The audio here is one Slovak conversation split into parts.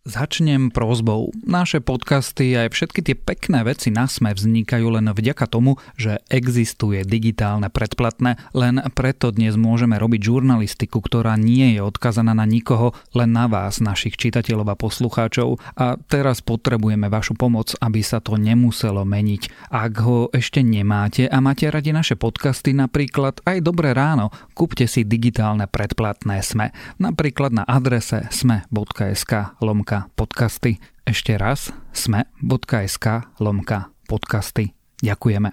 Začnem prosbou. Naše podcasty aj všetky tie pekné veci na SME vznikajú len vďaka tomu, že existuje digitálne predplatné. Len preto dnes môžeme robiť žurnalistiku, ktorá nie je odkazaná na nikoho, len na vás, našich čitateľov a poslucháčov. A teraz potrebujeme vašu pomoc, aby sa to nemuselo meniť. Ak ho ešte nemáte a máte radi naše podcasty, napríklad aj Dobré ráno, kúpte si digitálne predplatné SME. Napríklad na adrese sme.sk/podcasty. Ešte raz sme.sk/podcasty. Ďakujeme.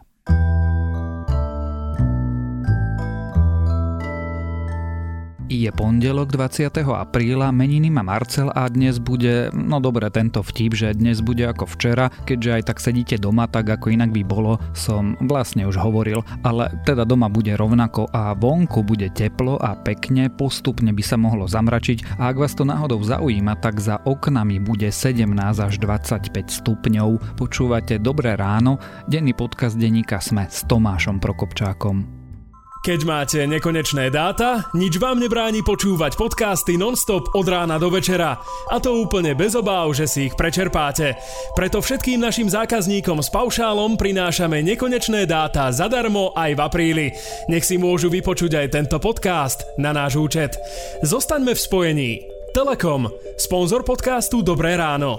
Je pondelok 20. apríla, meniny má Marcel a dnes bude, no dobre, tento vtip, že dnes bude ako včera, keďže aj tak sedíte doma, tak ako inak by bolo, som vlastne už hovoril, ale teda doma bude rovnako a vonku bude teplo a pekne, postupne by sa mohlo zamračiť a ak vás to náhodou zaujíma, tak za oknami bude 17 až 25 stupňov. Počúvate Dobré ráno, denný podcast denníka SME s Tomášom Prokopčákom. Keď máte nekonečné dáta, nič vám nebráni počúvať podcasty non-stop od rána do večera. A to úplne bez obáv, že si ich prečerpáte. Preto všetkým našim zákazníkom s paušálom prinášame nekonečné dáta zadarmo aj v apríli. Nech si môžu vypočuť aj tento podcast na náš účet. Zostaňme v spojení. Telekom, sponzor podcastu Dobré ráno.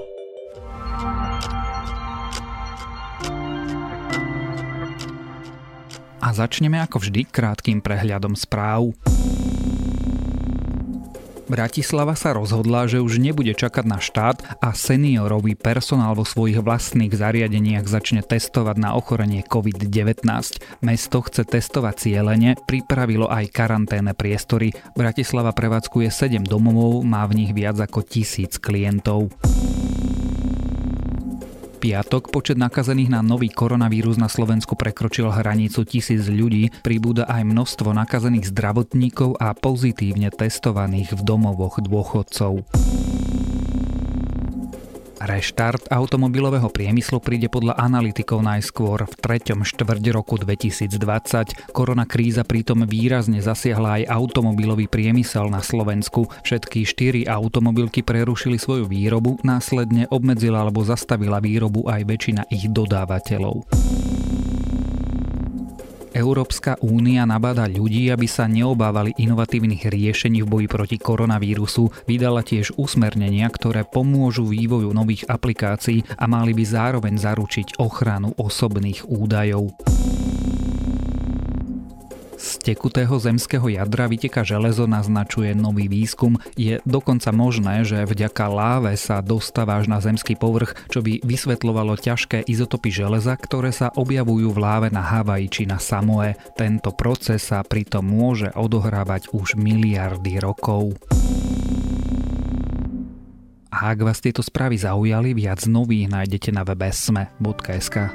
A začneme ako vždy krátkym prehľadom správ. Bratislava sa rozhodla, že už nebude čakať na štát a seniorový personál vo svojich vlastných zariadeniach začne testovať na ochorenie COVID-19. Mesto chce testovať cielene, pripravilo aj karanténne priestory. Bratislava prevádzkuje 7 domovov, má v nich viac ako 1000 klientov. Piatok počet nakazených na nový koronavírus na Slovensku prekročil hranicu 1000 ľudí, pribúda aj množstvo nakazených zdravotníkov a pozitívne testovaných v domovoch dôchodcov. Reštart automobilového priemyslu príde podľa analytikov najskôr v 3. štvrť roku 2020. Koronakríza pritom výrazne zasiahla aj automobilový priemysel na Slovensku. Všetky 4 automobilky prerušili svoju výrobu, následne obmedzila alebo zastavila výrobu aj väčšina ich dodávateľov. Európska únia nabáda ľudí, aby sa neobávali inovatívnych riešení v boji proti koronavírusu. Vydala tiež usmernenia, ktoré pomôžu vývoju nových aplikácií a mali by zároveň zaručiť ochranu osobných údajov. Z tekutého zemského jadra vyteká železo, naznačuje nový výskum. Je dokonca možné, že vďaka láve sa dostáva až na zemský povrch, čo by vysvetľovalo ťažké izotopy železa, ktoré sa objavujú v láve na Havaji či na Samoe. Tento proces sa pritom môže odohrávať už miliardy rokov. A ak vás tieto správy zaujali, viac nových nájdete na webe sme.sk.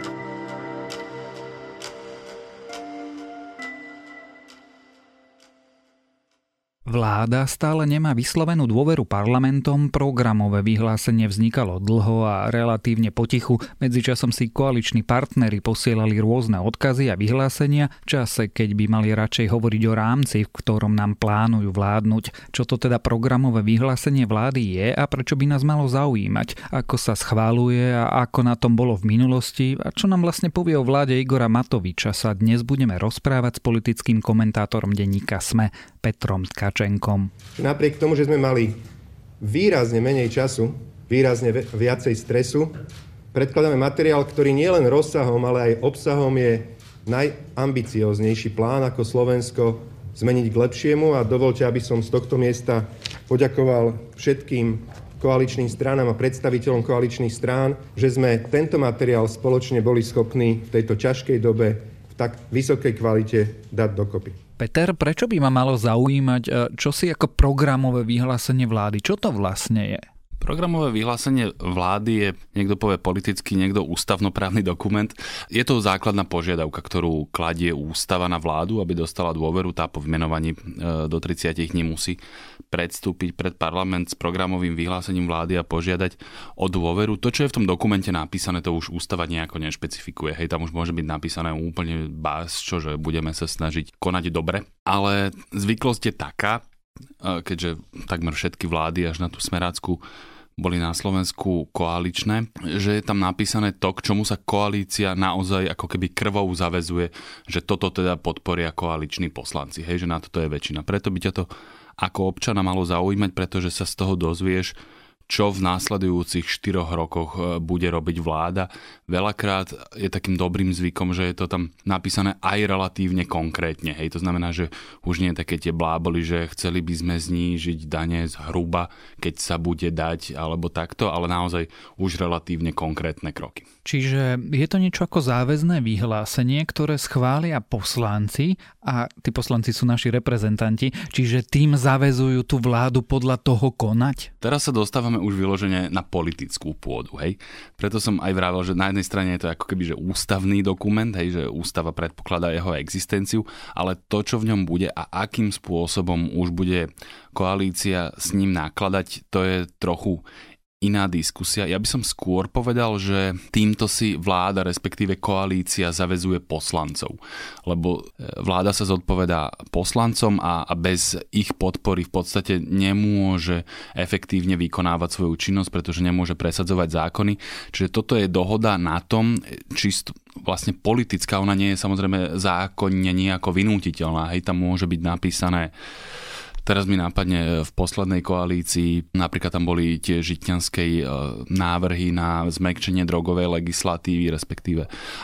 Vláda stále nemá vyslovenú dôveru parlamentom, programové vyhlásenie vznikalo dlho a relatívne potichu, medzičasom si koaliční partneri posielali rôzne odkazy a vyhlásenia, čase keď by mali radšej hovoriť o rámci, v ktorom nám plánujú vládnuť. Čo to teda programové vyhlásenie vlády je a prečo by nás malo zaujímať, ako sa schvaľuje a ako na tom bolo v minulosti a čo nám vlastne povie o vláde Igora Matoviča, sa dnes budeme rozprávať s politickým komentátorom denníka SME Petrom Tkačenkom. Napriek tomu, že sme mali výrazne menej času, výrazne viacej stresu, predkladáme materiál, ktorý nielen rozsahom, ale aj obsahom je najambicióznejší plán, ako Slovensko zmeniť k lepšiemu, a dovoľte, aby som z tohto miesta poďakoval všetkým koaličným stranám a predstaviteľom koaličných strán, že sme tento materiál spoločne boli schopní v tejto ťažkej dobe v tak vysokej kvalite dať dokopy. Peter, prečo by ma malo zaujímať, čo si ako programové vyhlásenie vlády? Čo to vlastne je? Programové vyhlásenie vlády je, niekto povie politický, niekto ústavnoprávny dokument. Je to základná požiadavka, ktorú kladie ústava na vládu, aby dostala dôveru. Tá po vymenovaní do 30 dní musí predstúpiť pred parlament s programovým vyhlásením vlády a požiadať o dôveru. To, čo je v tom dokumente napísané, to už ústava nejako nešpecifikuje. Hej, tam už môže byť napísané úplne básčo, že budeme sa snažiť konať dobre. Ale zvyklosť je taká, keďže takmer všetky vlády až na tú smerácku boli na Slovensku koaličné, že je tam napísané to, k čomu sa koalícia naozaj ako keby krvou zaväzuje, že toto teda podporia koaliční poslanci, hej, že na toto je väčšina. Preto by ťa to ako občana malo zaujímať, pretože sa z toho dozvieš, čo v následujúcich 4 rokoch bude robiť vláda. Veľakrát je takým dobrým zvykom, že je to tam napísané aj relatívne konkrétne. Hej, to znamená, že už nie je také tie bláboli, že chceli by sme znížiť dane zhruba, keď sa bude dať, alebo takto, ale naozaj už relatívne konkrétne kroky. Čiže je to niečo ako záväzné vyhlásenie, ktoré schvália poslanci a tí poslanci sú naši reprezentanti, čiže tým zaväzujú tú vládu podľa toho konať? Teraz sa dostávame už vyložene na politickú pôdu, hej. Preto som aj vravel, že na jednej strane je to ako keby že ústavný dokument, hej, že ústava predpokladá jeho existenciu, ale to, čo v ňom bude a akým spôsobom už bude koalícia s ním nakladať, to je trochu iná diskusia. Ja by som skôr povedal, že týmto si vláda, respektíve koalícia zaväzuje poslancov. Lebo vláda sa zodpovedá poslancom a bez ich podpory v podstate nemôže efektívne vykonávať svoju činnosť, pretože nemôže presadzovať zákony. Čiže toto je dohoda na tom, čisto vlastne politická, ona nie je samozrejme zákonne nejako vynútiteľná. Hej, tam môže byť napísané. Teraz mi nápadne v poslednej koalícii, napríklad tam boli tie žitňanskej návrhy na zmäkčenie drogovej legislatívy, respektíve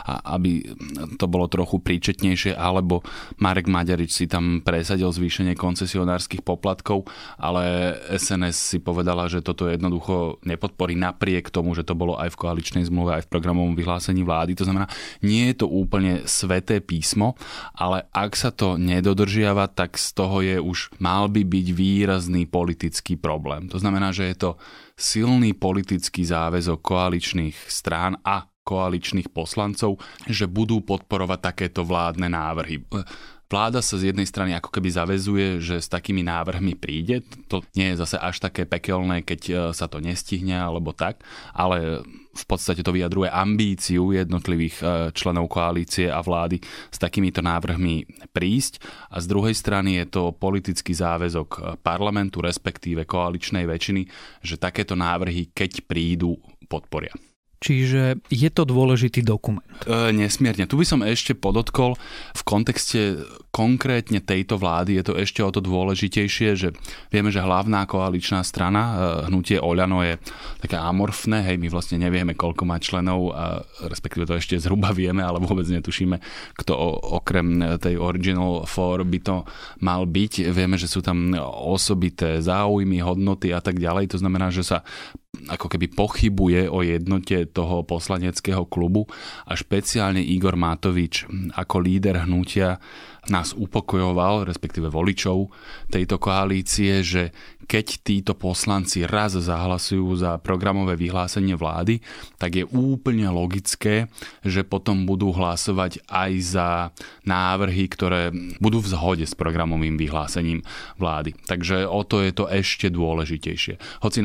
aby to bolo trochu príčetnejšie, alebo Marek Maďarič si tam presadil zvýšenie koncesionárskych poplatkov, ale SNS si povedala, že toto jednoducho nepodporí napriek tomu, že to bolo aj v koaličnej zmluve, aj v programovom vyhlásení vlády. To znamená, nie je to úplne sväté písmo, ale ak sa to nedodržiava, tak z toho je už mal by byť výrazný politický problém. To znamená, že je to silný politický záväzok koaličných strán a koaličných poslancov, že budú podporovať takéto vládne návrhy. Vláda sa z jednej strany ako keby zaväzuje, že s takými návrhmi príde. To nie je zase až také pekelné, keď sa to nestihne alebo tak, ale v podstate to vyjadruje ambíciu jednotlivých členov koalície a vlády s takýmito návrhmi prísť. A z druhej strany je to politický záväzok parlamentu, respektíve koaličnej väčšiny, že takéto návrhy, keď prídu, podporia. Čiže je to dôležitý dokument? Nesmierne. Tu by som ešte podotkol, v kontexte konkrétne tejto vlády je to ešte o to dôležitejšie, že vieme, že hlavná koaličná strana, hnutie Oľano, je také amorfné, hej, my vlastne nevieme, koľko má členov, a respektíve to ešte zhruba vieme, ale vôbec netušíme, kto okrem tej Original Four by to mal byť. Vieme, že sú tam osobité záujmy, hodnoty a tak ďalej, to znamená, že sa ako keby pochybuje o jednote toho poslaneckého klubu a špeciálne Igor Matovič ako líder hnutia nás upokojoval, respektíve voličov tejto koalície, že keď títo poslanci raz zahlasujú za programové vyhlásenie vlády, tak je úplne logické, že potom budú hlasovať aj za návrhy, ktoré budú v zhode s programovým vyhlásením vlády. Takže o to je to ešte dôležitejšie. Hoci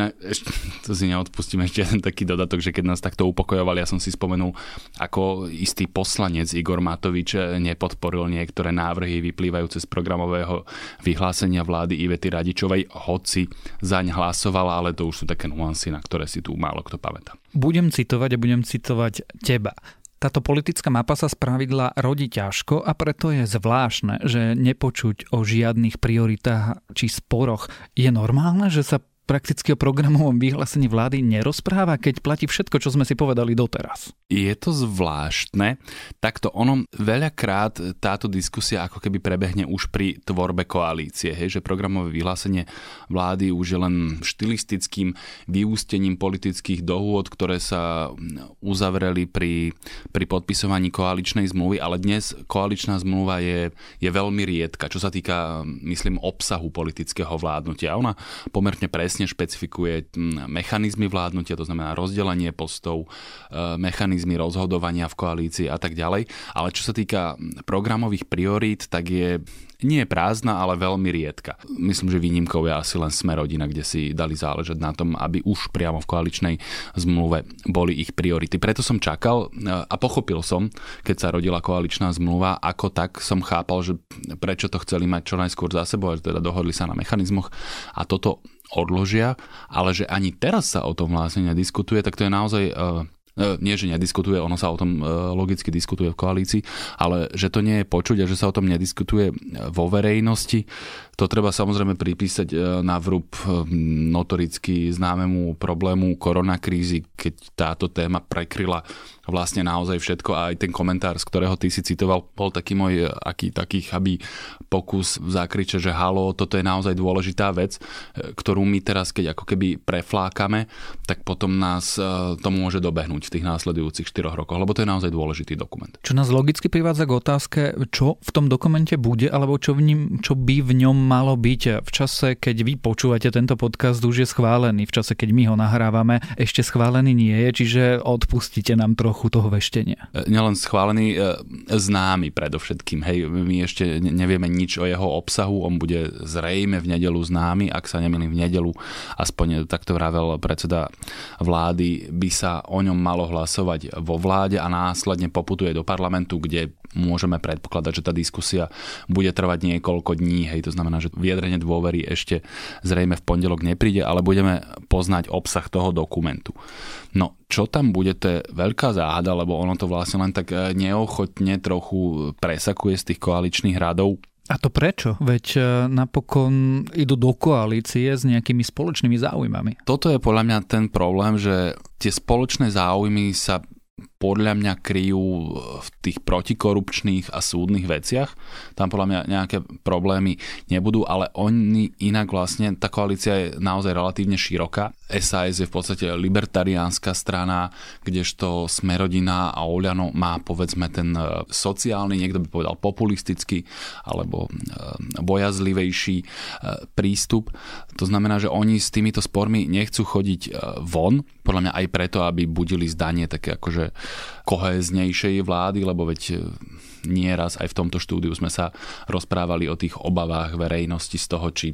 to si neodpustím ešte jeden taký dodatok, že keď nás takto upokojovali, ja som si spomenul, ako istý poslanec Igor Matovič nepodporil niektoré návrhy vyplývajúce z programového vyhlásenia vlády Ivety Radičovej, hoci zaň hlasovala, ale to už sú také nuancy, na ktoré si tu málo kto pamätá. Budem citovať teba. Táto politická mapa sa spravidla rodí ťažko a preto je zvláštne, že nepočuť o žiadnych prioritách či sporoch. Je normálne, že sa prakticky o programovom vyhlásení vlády nerozpráva, keď platí všetko, čo sme si povedali doteraz? Je to zvláštne. Takto ono veľakrát táto diskusia ako keby prebehne už pri tvorbe koalície, hej, že programové vyhlásenie vlády už je len štilistickým vyústením politických dohôd, ktoré sa uzavreli pri podpisovaní koaličnej zmluvy, ale dnes koaličná zmluva je veľmi riedka, čo sa týka, myslím, obsahu politického vládnutia. Ona pomerne presne špecifikuje mechanizmy vládnutia, to znamená rozdelenie postov, mechanizmy rozhodovania v koalícii a tak ďalej. Ale čo sa týka programových priorít, tak nie je prázdna, ale veľmi riedka. Myslím, že výnimkou je asi len Smer-rodina, kde si dali záležať na tom, aby už priamo v koaličnej zmluve boli ich priority. Preto som čakal a pochopil som, keď sa rodila koaličná zmluva, ako tak som chápal, že prečo to chceli mať čo najskôr za sebou, že teda dohodli sa na mechanizmoch a toto odložia, ale že ani teraz sa o tom vlastne nediskutuje, tak to je naozaj... Nie, že nediskutuje, ono sa o tom logicky diskutuje v koalícii, ale že to nie je počuť a že sa o tom nediskutuje vo verejnosti, to treba samozrejme pripísať na vrub notoricky známemu problému koronakrízy, keď táto téma prekryla vlastne naozaj všetko a aj ten komentár, z ktorého ty si citoval, bol taký môj taký chabý pokus v zákriče, že halo, toto je naozaj dôležitá vec, ktorú my teraz, keď ako keby preflákame, tak potom nás to môže dobehnúť v tých následujúcich 4 rokoch, lebo to je naozaj dôležitý dokument. Čo nás logicky privádza k otázke, čo v tom dokumente bude, alebo čo by v ňom malo byť. V čase, keď vy počúvate tento podcast, už je schválený. V čase, keď my ho nahrávame, ešte schválený nie je, čiže odpustite nám trochu toho veštenia. Nielen schválený, známy predovšetkým. Hej, my ešte nevieme nič o jeho obsahu, on bude zrejme v nedeľu známy, ak sa nemýlim v nedeľu, aspoň takto vravel predseda vlády, by sa o ňom malo hlasovať vo vláde a následne poputuje do parlamentu, kde môžeme predpokladať, že tá diskusia bude trvať niekoľko dní. Hej, to znamená, že vyjadrenie dôvery ešte zrejme v pondelok nepríde, ale budeme poznať obsah toho dokumentu. No, čo tam bude, to je veľká záhada, lebo ono to vlastne len tak neochotne trochu presakuje z tých koaličných radov. A to prečo? Veď napokon idú do koalície s nejakými spoločnými záujmami. Toto je podľa mňa ten problém, že tie spoločné záujmy sa podľa mňa kryjú v tých protikorupčných a súdnych veciach. Tam podľa mňa nejaké problémy nebudú, ale oni inak vlastne, tá koalícia je naozaj relatívne široká. SAS je v podstate libertariánska strana, kdežto Smer-rodina a Oľano má povedzme ten sociálny, niekto by povedal populistický alebo bojazlivejší prístup. To znamená, že oni s týmito spormi nechcú chodiť von, podľa mňa aj preto, aby budili zdanie také akože kohéznejšej vlády, lebo veď nieraz aj v tomto štúdiu sme sa rozprávali o tých obavách verejnosti z toho, či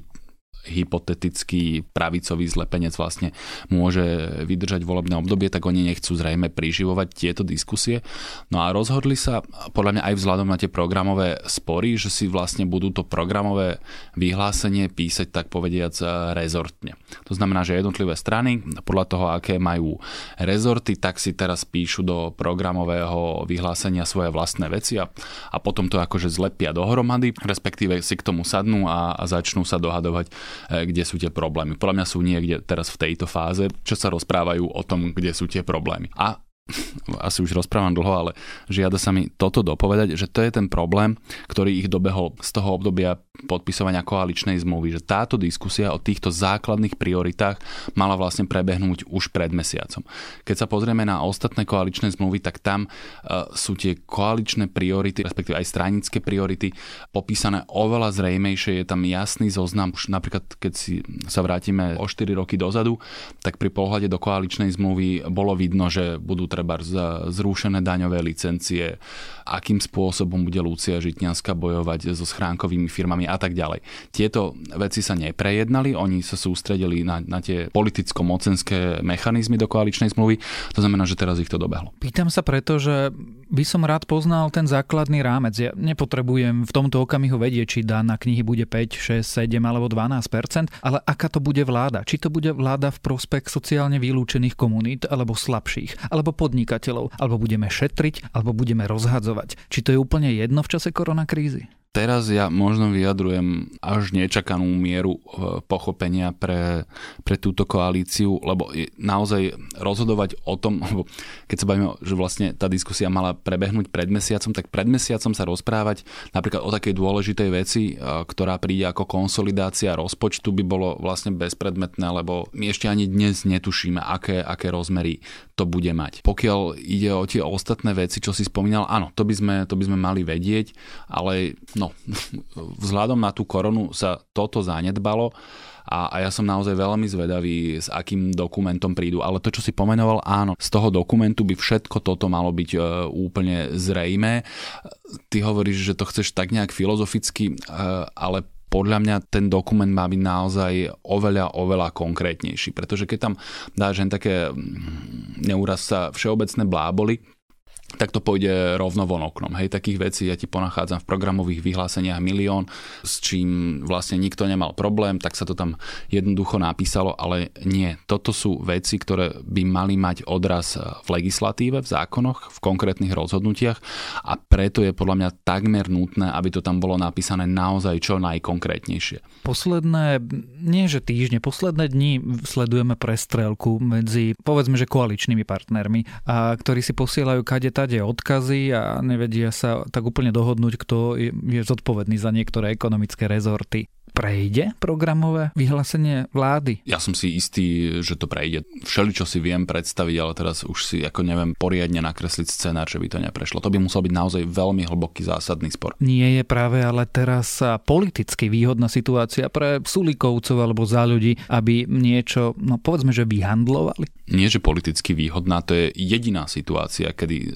hypotetický pravicový zlepenec vlastne môže vydržať volebné obdobie, tak oni nechcú zrejme priživovať tieto diskusie. No a rozhodli sa, podľa mňa aj vzhľadom na tie programové spory, že si vlastne budú to programové vyhlásenie písať, tak povediac, rezortne. To znamená, že jednotlivé strany, podľa toho, aké majú rezorty, tak si teraz píšu do programového vyhlásenia svoje vlastné veci a potom to akože zlepia dohromady, respektíve si k tomu sadnú a začnú sa dohadovať, kde sú tie problémy. Podľa mňa sú niekde teraz v tejto fáze, čo sa rozprávajú o tom, kde sú tie problémy. A asi už rozprávam dlho, ale žiada sa mi toto dopovedať, že to je ten problém, ktorý ich dobehol z toho obdobia podpisovania koaličnej zmluvy, že táto diskusia o týchto základných prioritách mala vlastne prebehnúť už pred mesiacom. Keď sa pozrieme na ostatné koaličné zmluvy, tak tam sú tie koaličné priority, respektíve aj stranické priority popísané oveľa zrejmejšie, je tam jasný zoznam. Už napríklad, keď si sa vrátime o 4 roky dozadu, tak pri pohľade do koaličnej zmluvy bolo vidno, že budú treba zrušené daňové licencie, akým spôsobom bude Lucia Žitňanská bojovať so schránkovými firmami a tak ďalej. Tieto veci sa neprejednali, oni sa sústredili na tie politicko-mocenské mechanizmy do koaličnej zmluvy, to znamená, že teraz ich to dobehlo. Pýtam sa preto, že by som rád poznal ten základný rámec. Ja nepotrebujem v tomto okamihu vedieť, či dá na knihy bude 5, 6, 7 alebo 12%, ale aká to bude vláda? Či to bude vláda v prospech sociálne vylúčených komunít alebo slabších, alebo podnikateľov, alebo budeme šetriť, alebo budeme rozhadzovať. Či to je úplne jedno v čase koronakrízy? Teraz ja možno vyjadrujem až nečakanú mieru pochopenia pre túto koalíciu, lebo naozaj rozhodovať o tom, keď sa bavíme, že vlastne tá diskusia mala prebehnúť pred mesiacom, tak pred mesiacom sa rozprávať napríklad o takej dôležitej veci, ktorá príde ako konsolidácia rozpočtu, by bolo vlastne bezpredmetné, lebo my ešte ani dnes netušíme, aké rozmery to bude mať. Pokiaľ ide o tie ostatné veci, čo si spomínal, áno, to by sme mali vedieť, ale vzhľadom na tú koronu sa toto zanedbalo a ja som naozaj veľmi zvedavý, s akým dokumentom prídu. Ale to, čo si pomenoval, áno, z toho dokumentu by všetko toto malo byť úplne zrejmé. Ty hovoríš, že to chceš tak nejak filozoficky, ale podľa mňa ten dokument má byť naozaj oveľa konkrétnejší. Pretože keď tam dáš len také, neúraz sa, všeobecné bláboli, tak to pôjde rovno von oknom. Hej, takých vecí ja ti ponachádzam v programových vyhláseniach milión, s čím vlastne nikto nemal problém, tak sa to tam jednoducho napísalo, ale nie. Toto sú veci, ktoré by mali mať odraz v legislatíve, v zákonoch, v konkrétnych rozhodnutiach a preto je podľa mňa takmer nutné, aby to tam bolo napísané naozaj čo najkonkrétnejšie. Posledné dni sledujeme prestrelku medzi, povedzme, že koaličnými partnermi, ktorí si posielajú kade odkazy a nevedia sa tak úplne dohodnúť, kto je zodpovedný za niektoré ekonomické rezorty. Prejde programové vyhlásenie vlády? Ja som si istý, že to prejde. Všeličo si viem predstaviť, ale teraz už si neviem poriadne nakresliť scenár, že by to neprešlo. To by musel byť naozaj veľmi hlboký zásadný spor. Nie je práve ale teraz politicky výhodná situácia pre Sulíkovcov alebo Za ľudí, aby niečo, povedzme, že vyhandlovali? Nie, že politicky výhodná, to je jediná situácia,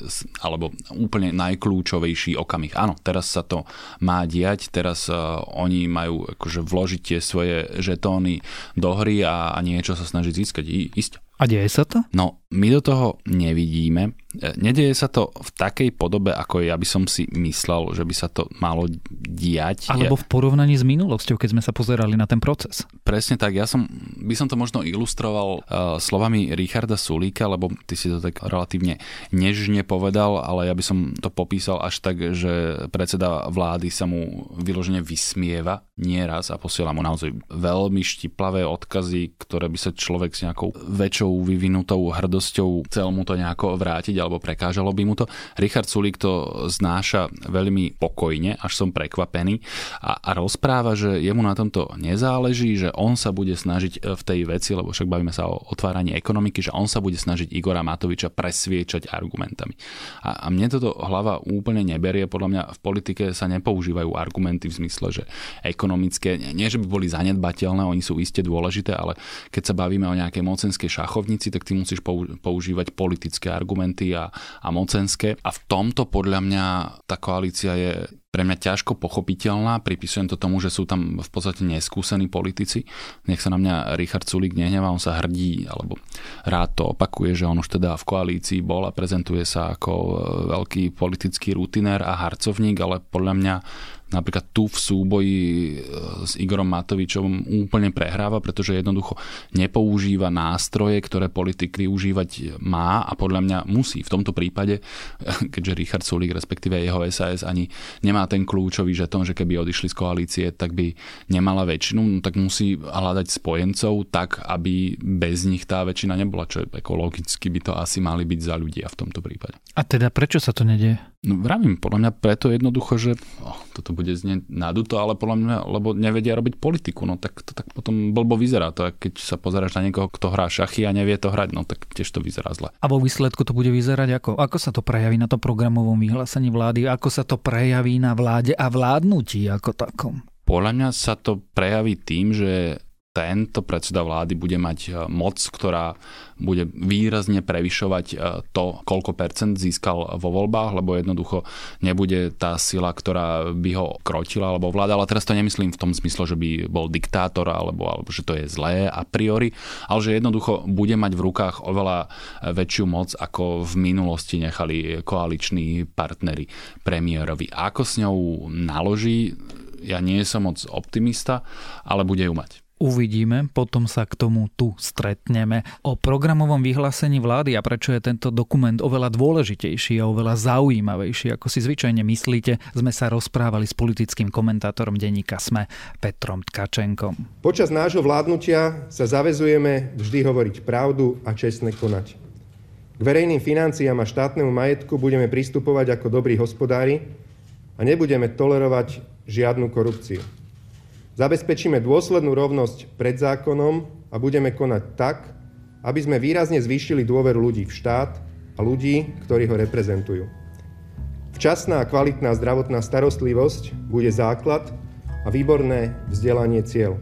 alebo úplne najkľúčovejší okamih. Áno, teraz sa to má diať, teraz oni majú akože vložiť tie svoje žetóny do hry a niečo sa snažiť získať. Isté. A deje sa to? No, my do toho nevidíme. Nedeje sa to v takej podobe, ako ja by som si myslel, že by sa to malo diať. Alebo v porovnaní s minulosťou, keď sme sa pozerali na ten proces. Presne tak. By som to možno ilustroval slovami Richarda Sulíka, lebo ty si to tak relatívne nežne povedal, ale ja by som to popísal až tak, že predseda vlády sa mu vyložene vysmieva nieraz a posiela mu naozaj veľmi štiplavé odkazy, ktoré by sa človek s nejakou väčšou vyvinutou hrdosťou chcel mu to nejako vrátiť alebo prekážalo by mu to. Richard Sulík to znáša veľmi pokojne, až som prekvapený a rozpráva, že jemu na tomto nezáleží, že on sa bude snažiť v tej veci, lebo však bavíme sa o otváraní ekonomiky, že on sa bude snažiť Igora Matoviča presviečať argumentami. A mne toto hlava úplne neberie, podľa mňa v politike sa nepoužívajú argumenty v zmysle, že ekonomické, nie že by boli zanedbateľné, oni sú iste dôležité, ale keď sa bavíme o nejakej mocenskej šachovnici, tak ty musíš používať politické argumenty a mocenské. A v tomto podľa mňa tá koalícia je pre mňa ťažko pochopiteľná. Pripisujem to tomu, že sú tam v podstate neskúsení politici. Nech sa na mňa Richard Sulík nehnevá, on sa hrdí, alebo rád to opakuje, že on už teda v koalícii bol a prezentuje sa ako veľký politický rutinér a harcovník, ale podľa mňa napríklad tu v súboji s Igorom Matovičom úplne prehráva, pretože jednoducho nepoužíva nástroje, ktoré politik využívať má a podľa mňa musí. V tomto prípade, keďže Richard Sulík, respektíve jeho SAS ani nemá ten kľúčový žetón, že keby odišli z koalície, tak by nemala väčšinu, tak musí hľadať spojencov tak, aby bez nich tá väčšina nebola, čo logicky by to asi mali byť Za ľudia v tomto prípade. A teda prečo sa to nedieje? No vravím, podľa mňa preto jednoducho, že toto bude znieť naduto, ale podľa mňa, lebo nevedia robiť politiku, no tak to tak potom blbo vyzerá. To keď sa pozeráš na niekoho, kto hrá šachy a nevie to hrať, no tak tiež to vyzerá zle. A vo výsledku to bude vyzerať ako? Ako sa to prejaví na tom programovom vyhlásení vlády? Ako sa to prejaví na vláde a vládnutí ako takom? Podľa mňa sa to prejaví tým, že tento predseda vlády bude mať moc, ktorá bude výrazne prevyšovať to, koľko percent získal vo voľbách, lebo jednoducho nebude tá sila, ktorá by ho krotila alebo vládala. Ale teraz to nemyslím v tom smysle, že by bol diktátor alebo že to je zlé a priori, ale že jednoducho bude mať v rukách oveľa väčšiu moc, ako v minulosti nechali koaliční partneri premiérovi. A ako s ňou naloží, ja nie som moc optimista, ale bude ju mať. Uvidíme, potom sa k tomu tu stretneme. O programovom vyhlásení vlády a prečo je tento dokument oveľa dôležitejší a oveľa zaujímavejší, ako si zvyčajne myslíte, sme sa rozprávali s politickým komentátorom denníka SME Petrom Tkačenkom. Počas nášho vládnutia sa zaväzujeme vždy hovoriť pravdu a čestne konať. K verejným financiám a štátnemu majetku budeme pristupovať ako dobrí hospodári a nebudeme tolerovať žiadnu korupciu. Zabezpečíme dôslednú rovnosť pred zákonom a budeme konať tak, aby sme výrazne zvýšili dôveru ľudí v štát a ľudí, ktorí ho reprezentujú. Včasná a kvalitná zdravotná starostlivosť bude základ a výborné vzdelanie cieľ.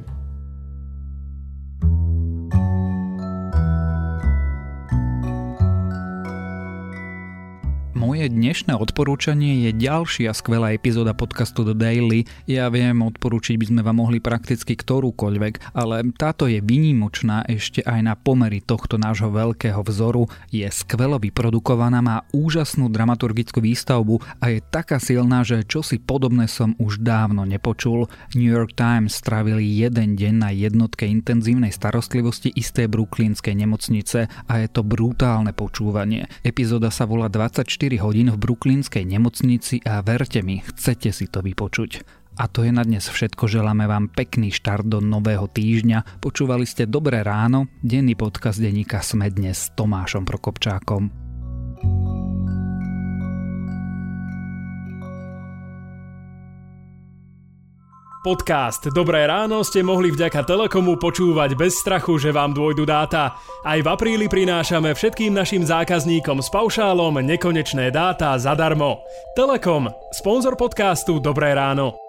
Moje dnešné odporúčanie je ďalšia skvelá epizóda podcastu The Daily. Ja viem, odporúčiť by sme vám mohli prakticky ktorúkoľvek, ale táto je výnimočná ešte aj na pomery tohto nášho veľkého vzoru. Je skvelo vyprodukovaná, má úžasnú dramaturgickú výstavbu a je taká silná, že čosi podobné som už dávno nepočul. New York Times strávili jeden deň na jednotke intenzívnej starostlivosti istej brooklynskej nemocnice a je to brutálne počúvanie. Epizóda sa volá 24 hodín v brooklynskej nemocnici a verte mi, chcete si to vypočuť. A to je na dnes všetko, želáme vám pekný štart do nového týždňa. Počúvali ste Dobré ráno, denný podcast denníka Sme dnes s Tomášom Prokopčákom. Podcast Dobré ráno ste mohli vďaka Telekomu počúvať bez strachu, že vám dôjdu dáta. Aj v apríli prinášame všetkým našim zákazníkom s paušálom nekonečné dáta zadarmo. Telekom, sponzor podcastu Dobré ráno.